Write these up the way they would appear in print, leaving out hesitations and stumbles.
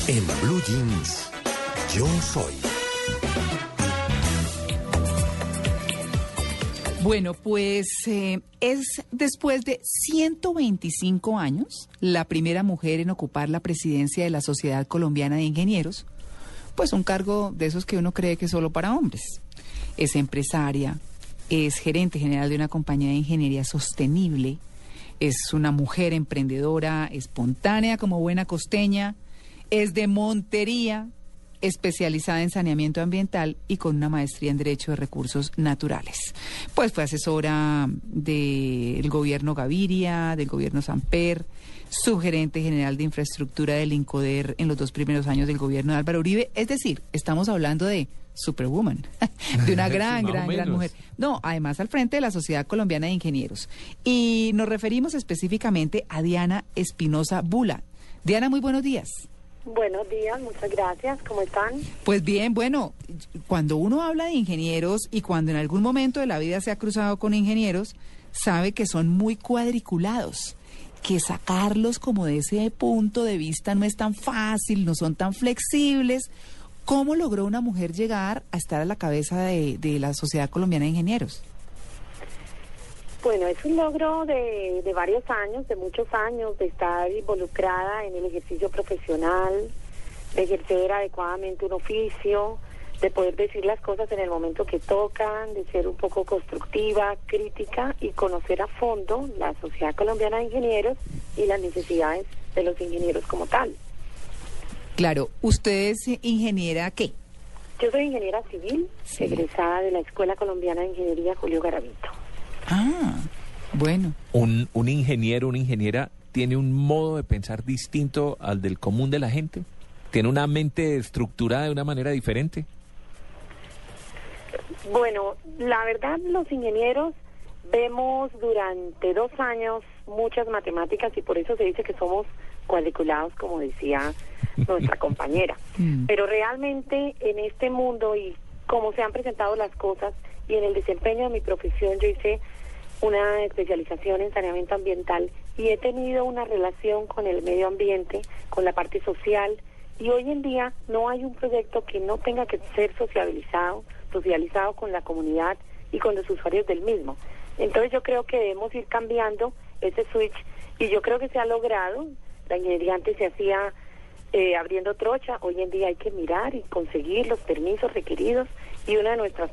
En Blue Jeans, yo soy. Bueno, pues es después de 125 años la primera mujer en ocupar la presidencia de la Sociedad Colombiana de Ingenieros, pues un cargo de esos que uno cree que es solo para hombres. Es empresaria, es gerente general de una compañía de ingeniería sostenible, es una mujer emprendedora, espontánea como buena costeña, es de Montería, especializada en saneamiento ambiental y con una maestría en Derecho de Recursos Naturales. Pues fue asesora del gobierno Gaviria, del gobierno Samper, subgerente general de infraestructura del INCODER en los 2 primeros años del gobierno de Álvaro Uribe. Es decir, estamos hablando de Superwoman, de una gran mujer. No, además al frente de la Sociedad Colombiana de Ingenieros. Y nos referimos específicamente a Diana Espinosa Bula. Diana, muy buenos días. Buenos días, muchas gracias. ¿Cómo están? Pues bien, bueno, cuando uno habla de ingenieros y cuando en algún momento de la vida se ha cruzado con ingenieros, sabe que son muy cuadriculados, que sacarlos como de ese punto de vista no es tan fácil, no son tan flexibles. ¿Cómo logró una mujer llegar a estar a la cabeza de la Sociedad Colombiana de Ingenieros? Bueno, es un logro de varios años, de muchos años, de estar involucrada en el ejercicio profesional, de ejercer adecuadamente un oficio, de poder decir las cosas en el momento que tocan, de ser un poco constructiva, crítica y conocer a fondo la Sociedad Colombiana de Ingenieros y las necesidades de los ingenieros como tal. Claro, ¿usted es ingeniera qué? Yo soy ingeniera civil, sí, egresada de la Escuela Colombiana de Ingeniería Julio Garavito. Ah, bueno. ¿Un ingeniero, una ingeniera tiene un modo de pensar distinto al del común de la gente? ¿Tiene una mente estructurada de una manera diferente? Bueno, la verdad, los ingenieros vemos durante 2 años muchas matemáticas y por eso se dice que somos cuadriculados, como decía nuestra compañera. Pero realmente en este mundo y como se han presentado las cosas y en el desempeño de mi profesión, yo hice una especialización en saneamiento ambiental y he tenido una relación con el medio ambiente, con la parte social, y hoy en día no hay un proyecto que no tenga que ser socializado con la comunidad y con los usuarios del mismo. Entonces yo creo que debemos ir cambiando ese switch y yo creo que se ha logrado. La ingeniería antes se hacía abriendo trocha, hoy en día hay que mirar y conseguir los permisos requeridos y una de nuestras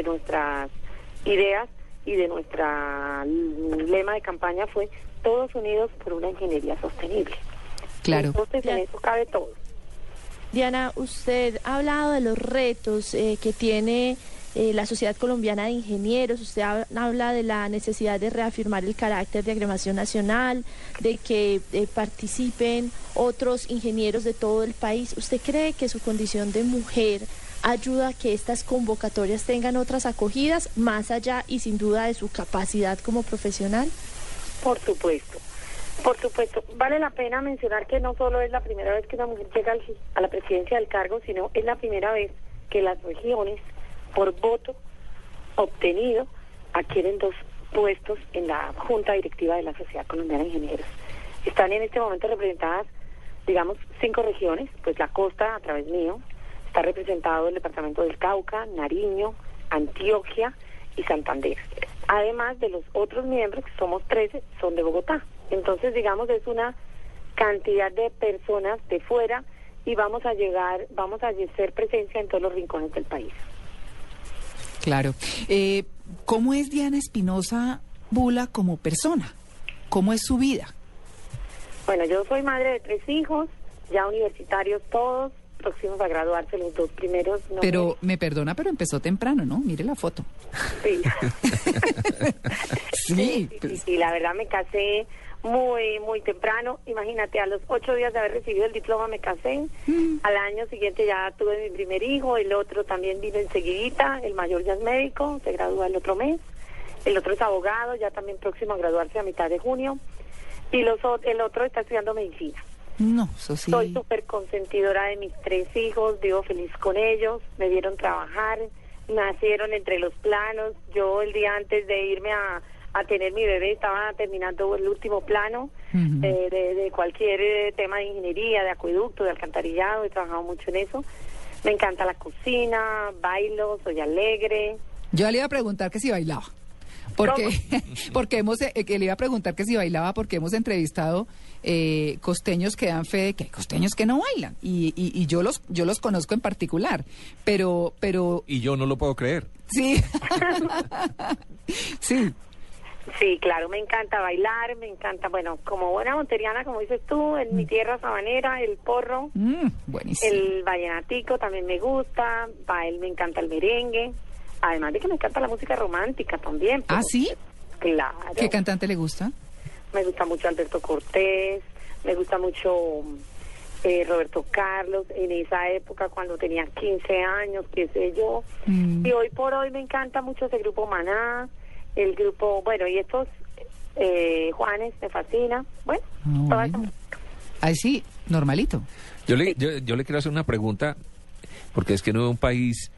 ideas y de nuestra lema de campaña fue todos unidos por una ingeniería sostenible. Claro. Entonces en eso cabe todo. Diana, usted ha hablado de los retos que tiene la Sociedad Colombiana de Ingenieros, usted habla de la necesidad de reafirmar el carácter de agremiación nacional, de que participen otros ingenieros de todo el país. ¿Usted cree que su condición de mujer ayuda a que estas convocatorias tengan otras acogidas, más allá y sin duda de su capacidad como profesional? Por supuesto. Vale la pena mencionar que no solo es la primera vez que una mujer llega a la presidencia del cargo, sino es la primera vez que las regiones, por voto obtenido, adquieren 2 puestos en la Junta Directiva de la Sociedad Colombiana de Ingenieros. Están en este momento representadas, digamos, 5 regiones, pues la costa, a través mío, está representado el departamento del Cauca, Nariño, Antioquia y Santander. Además de los otros miembros, que somos 13, son de Bogotá. Entonces, digamos, es una cantidad de personas de fuera y vamos a hacer presencia en todos los rincones del país. Claro. ¿Cómo es Diana Espinosa Bula como persona? ¿Cómo es su vida? Bueno, yo soy madre de 3 hijos, ya universitarios todos, próximos a graduarse los 2 primeros. No pero me perdona, pero empezó temprano, ¿no? Mire la foto. Sí. Sí, la verdad me casé muy temprano. Imagínate, a los 8 días de haber recibido el diploma me casé. Al año siguiente ya tuve mi primer hijo, el otro también vino enseguidita, el mayor ya es médico, se gradúa el otro mes. El otro es abogado, ya también próximo a graduarse a mitad de junio. Y el otro está estudiando medicina. No, eso sí. Soy súper consentidora de mis 3 hijos, vivo feliz con ellos, me vieron trabajar, nacieron entre los planos. Yo el día antes de irme a a tener mi bebé, estaba terminando el último plano de cualquier tema de ingeniería, de acueducto, de alcantarillado, he trabajado mucho en eso. Me encanta la cocina, bailo, soy alegre. Yo le iba a preguntar que si bailaba. Porque que le iba a preguntar que si bailaba, porque hemos entrevistado costeños que dan fe de que hay costeños que no bailan y yo los conozco en particular, pero y yo no lo puedo creer. Sí. Sí. Sí, claro, me encanta bailar, me encanta, bueno, como buena monteriana, como dices tú, en mi tierra sabanera, el porro, buenísimo. el vallenatico también me gusta, me encanta el merengue, además de que me encanta la música romántica también. ¿Ah, sí? Claro. ¿Qué cantante le gusta? Me gusta mucho Alberto Cortés, me gusta mucho Roberto Carlos, en esa época cuando tenía 15 años, qué sé yo, y hoy por hoy me encanta mucho ese grupo Maná, el grupo, bueno, y estos Juanes, me fascina, bueno, toda esa música. Ahí sí, normalito. Yo le quiero hacer una pregunta, porque es que no es un país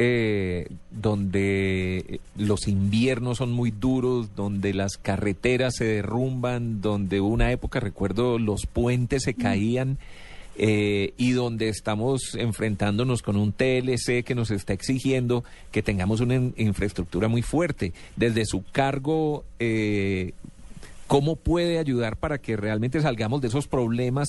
donde los inviernos son muy duros, donde las carreteras se derrumban, donde una época, recuerdo, los puentes se caían, y donde estamos enfrentándonos con un TLC que nos está exigiendo que tengamos una infraestructura muy fuerte. Desde su cargo, ¿cómo puede ayudar para que realmente salgamos de esos problemas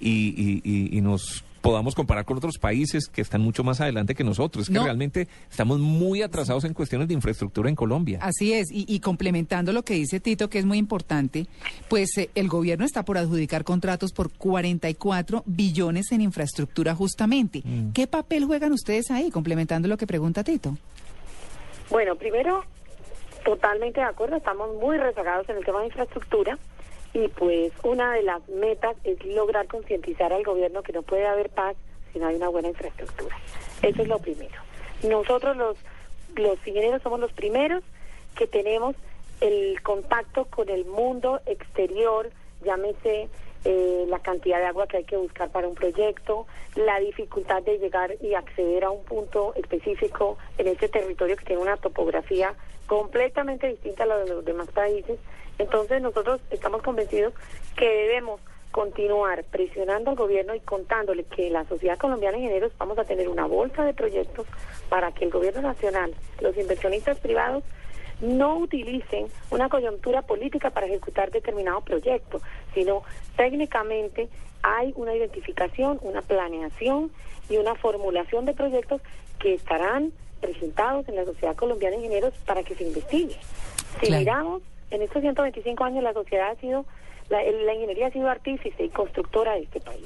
y nos podamos comparar con otros países que están mucho más adelante que nosotros? Es que realmente estamos muy atrasados en cuestiones de infraestructura en Colombia. Así es, y complementando lo que dice Tito, que es muy importante, pues el gobierno está por adjudicar contratos por 44 billones en infraestructura justamente. ¿Qué papel juegan ustedes ahí, complementando lo que pregunta Tito? Bueno, primero, totalmente de acuerdo, estamos muy rezagados en el tema de infraestructura. Y pues una de las metas es lograr concientizar al gobierno que no puede haber paz si no hay una buena infraestructura. Eso es lo primero. Nosotros los ingenieros somos los primeros que tenemos el contacto con el mundo exterior, llámese la cantidad de agua que hay que buscar para un proyecto, la dificultad de llegar y acceder a un punto específico en este territorio que tiene una topografía completamente distinta a la de los demás países. Entonces nosotros estamos convencidos que debemos continuar presionando al gobierno y contándole que la sociedad colombiana de ingenieros vamos a tener una bolsa de proyectos para que el gobierno nacional, los inversionistas privados, no utilicen una coyuntura política para ejecutar determinado proyecto, sino técnicamente hay una identificación, una planeación y una formulación de proyectos que estarán presentados en la sociedad colombiana de ingenieros para que se investigue. Si miramos, en estos 125 años la sociedad ha sido, la ingeniería ha sido artífice y constructora de este país.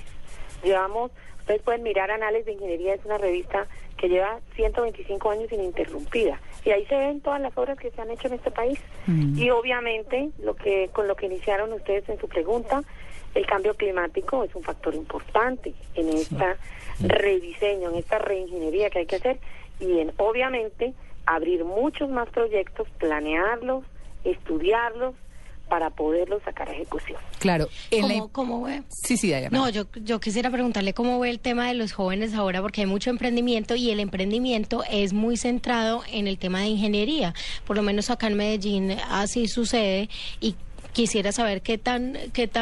Ustedes pueden mirar Anales de Ingeniería, es una revista que lleva 125 años ininterrumpida. Y ahí se ven todas las obras que se han hecho en este país. Y obviamente, con lo que iniciaron ustedes en su pregunta, el cambio climático es un factor importante en esta rediseño, en esta reingeniería que hay que hacer. Y obviamente, abrir muchos más proyectos, planearlos, estudiarlos para poderlos sacar a ejecución. Claro. ¿Cómo ve? Sí, Diana. No, yo quisiera preguntarle cómo ve el tema de los jóvenes ahora, porque hay mucho emprendimiento y el emprendimiento es muy centrado en el tema de ingeniería. Por lo menos acá en Medellín así sucede y quisiera saber qué tan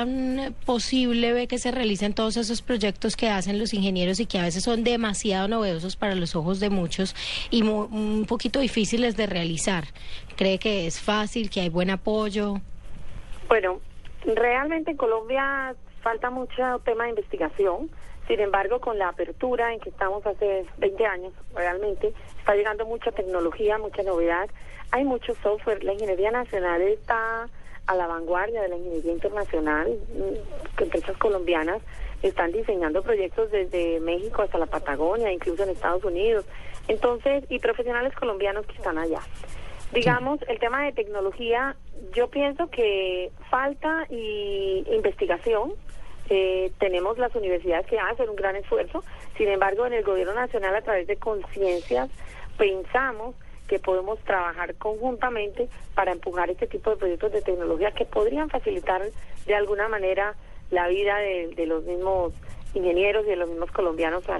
posible ve que se realicen todos esos proyectos que hacen los ingenieros y que a veces son demasiado novedosos para los ojos de muchos y un poquito difíciles de realizar. ¿Cree que es fácil, que hay buen apoyo? Bueno, realmente en Colombia falta mucho tema de investigación. Sin embargo, con la apertura en que estamos hace 20 años, realmente está llegando mucha tecnología, mucha novedad. Hay mucho software. La ingeniería nacional está a la vanguardia de la ingeniería internacional. Empresas colombianas están diseñando proyectos desde México hasta la Patagonia, incluso en Estados Unidos. Entonces, y profesionales colombianos que están allá. Digamos, el tema de tecnología, yo pienso que falta investigación. Tenemos las universidades que hacen un gran esfuerzo. Sin embargo, en el gobierno nacional, a través de conciencias, pensamos que podemos trabajar conjuntamente para empujar este tipo de proyectos de tecnología que podrían facilitar de alguna manera la vida de los mismos ingenieros y de los mismos colombianos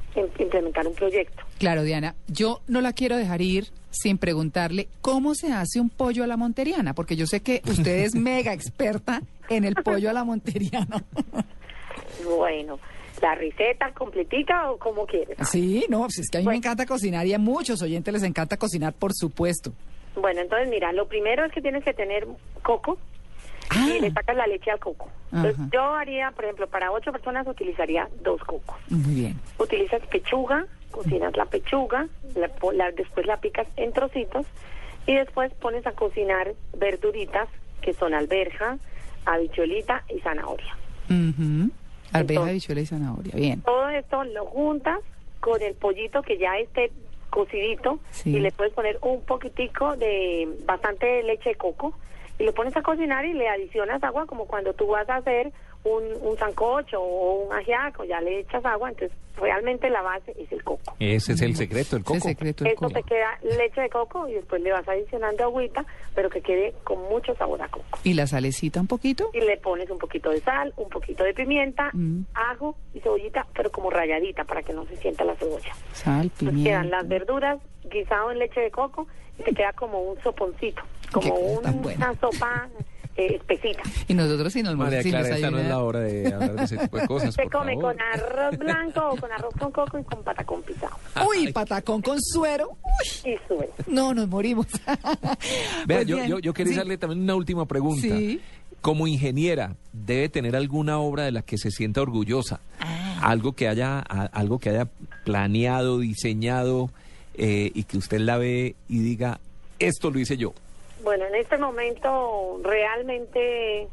implementar un proyecto. Claro, Diana, yo no la quiero dejar ir sin preguntarle cómo se hace un pollo a la monteriana, porque yo sé que usted es mega experta en el pollo a la monteriana. Bueno, ¿la receta completica o como quieres? Sí, no, pues es que a mí me encanta cocinar y a muchos oyentes les encanta cocinar, por supuesto. Bueno, entonces mira, lo primero es que tienes que tener coco y le sacas la leche al coco. Entonces yo haría, por ejemplo, para 8 personas utilizaría 2 cocos. Muy bien. Utilizas pechuga, cocinas la pechuga, después la picas en trocitos y después pones a cocinar verduritas que son alberja, habichuelita y zanahoria. Alberja, habichuela y zanahoria, bien. Todo esto lo juntas con el pollito que ya esté cocidito y le puedes poner un poquitico de bastante leche de coco y lo pones a cocinar y le adicionas agua como cuando tú vas a hacer un sancocho o un ajiaco, ya le echas agua, entonces realmente la base es el coco. Ese es el secreto, el coco. Eso te queda leche de coco y después le vas adicionando agüita, pero que quede con mucho sabor a coco. ¿Y la salecita un poquito? Y le pones un poquito de sal, un poquito de pimienta, ajo y cebollita, pero como ralladita para que no se sienta la cebolla. Sal, pimienta. Entonces quedan las verduras guisado en leche de coco y te queda como un soponcito, como una sopa espesita. Y nosotros sin almuerzo, María sin Clara, esta desayunar. no es la hora de hablar de ese tipo de cosas, Se por come favor. con arroz blanco o con arroz con coco y con patacón pisado. Uy, patacón con suero. Uy, Y sube. no, nos morimos. Vea, Pues bien, yo quería sí. hacerle también una última pregunta. Sí. Como ingeniera, ¿debe tener alguna obra de la que se sienta orgullosa? Algo que haya planeado, diseñado y que usted la ve y diga, esto lo hice yo. Bueno, en este momento realmente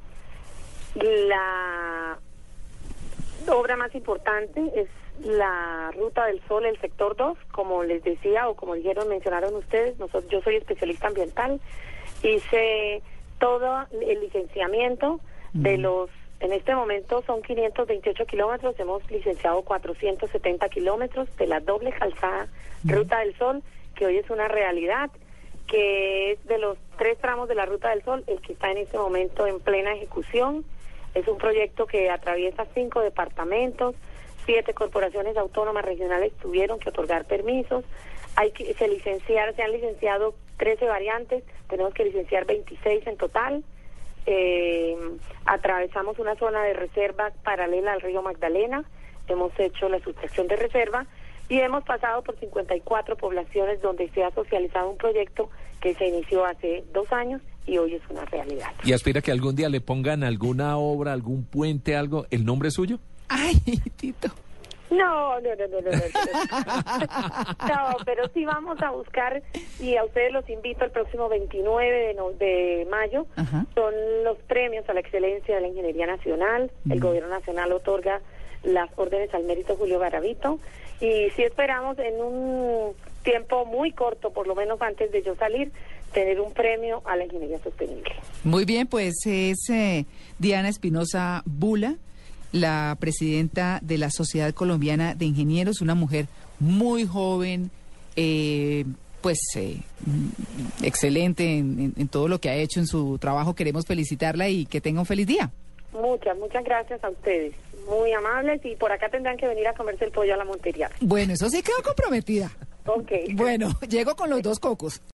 la obra más importante es la Ruta del Sol, el sector 2, como les decía o como mencionaron ustedes. Yo soy especialista ambiental, hice todo el licenciamiento de en este momento son 528 kilómetros, hemos licenciado 470 kilómetros de la doble calzada Ruta del Sol, que hoy es una realidad, que es de los 3 tramos de la Ruta del Sol, el que está en este momento en plena ejecución. Es un proyecto que atraviesa 5 departamentos, 7 corporaciones autónomas regionales tuvieron que otorgar permisos, se han licenciado 13 variantes, tenemos que licenciar 26 en total. Atravesamos una zona de reserva paralela al río Magdalena, hemos hecho la sustracción de reserva y hemos pasado por 54 poblaciones donde se ha socializado un proyecto que se inició hace 2 años y hoy es una realidad. ¿Y aspira que algún día le pongan alguna obra, algún puente, algo, el nombre suyo? Ay, Tito. No. No, pero sí vamos a buscar, y a ustedes los invito el próximo 29 de mayo. Son los premios a la excelencia de la Ingeniería Nacional. El Gobierno Nacional otorga las órdenes al mérito Julio Garavito, y sí esperamos en un tiempo muy corto, por lo menos antes de yo salir, tener un premio a la ingeniería sostenible. Muy bien, pues es Diana Espinosa Bula, la presidenta de la Sociedad Colombiana de Ingenieros, una mujer muy joven, excelente en todo lo que ha hecho en su trabajo. Queremos felicitarla y que tenga un feliz día. Muchas gracias a ustedes, muy amables, y por acá tendrán que venir a comerse el pollo a la monteriana. Bueno, eso sí quedó comprometida. Ok. Bueno, llego con los 2 cocos.